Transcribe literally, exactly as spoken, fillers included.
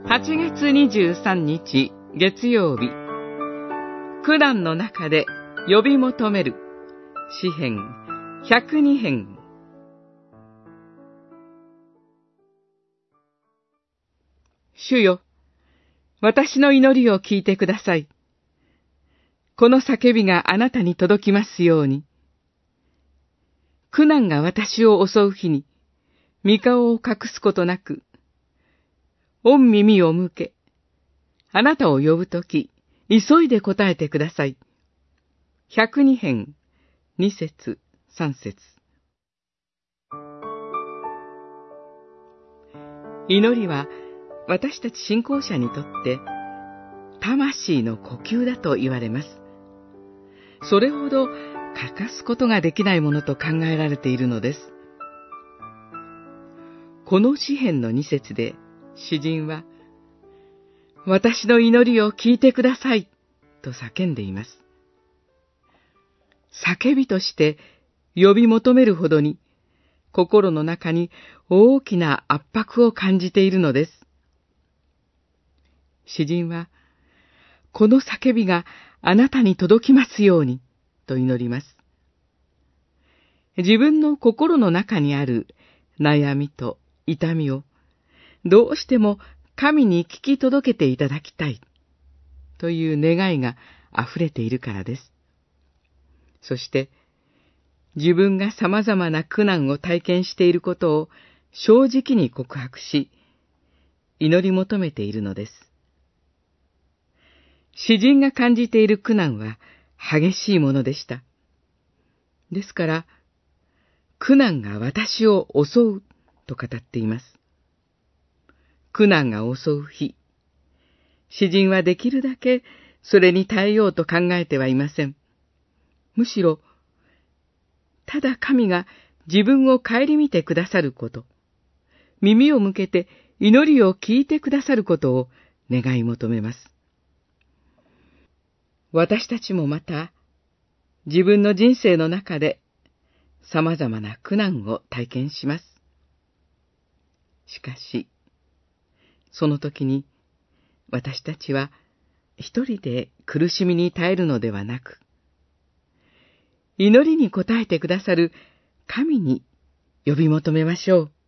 はちがつにじゅうさんにち月曜日、苦難の中で呼び求める詩編ひゃくにへん。主よ、私の祈りを聞いてください。この叫びがあなたに届きますように。苦難が私を襲う日に、御顔を隠すことなく、御耳を向け、あなたを呼ぶとき、急いで答えてください。ひゃくにへん、にせつ、さんせつ。祈りは、私たち信仰者にとって、魂の呼吸だと言われます。それほど欠かすことができないものと考えられているのです。この詩編のにせつで、詩人は、私の祈りを聞いてください、と叫んでいます。叫びとして呼び求めるほどに、心の中に大きな圧迫を感じているのです。詩人は、この叫びがあなたに届きますように、と祈ります。自分の心の中にある悩みと痛みを、どうしても神に聞き届けていただきたい、という願いが溢れているからです。そして、自分が様々な苦難を体験していることを正直に告白し、祈り求めているのです。詩人が感じている苦難は激しいものでした。ですから、苦難が私を襲うと語っています。苦難が襲う日、詩人はできるだけそれに耐えようと考えてはいません。むしろ、ただ神が自分を顧みてくださること、耳を向けて祈りを聞いてくださることを願い求めます。私たちもまた、自分の人生の中で様々な苦難を体験します。しかし、その時に私たちは一人で苦しみに耐えるのではなく、祈りに応えてくださる神に呼び求めましょう。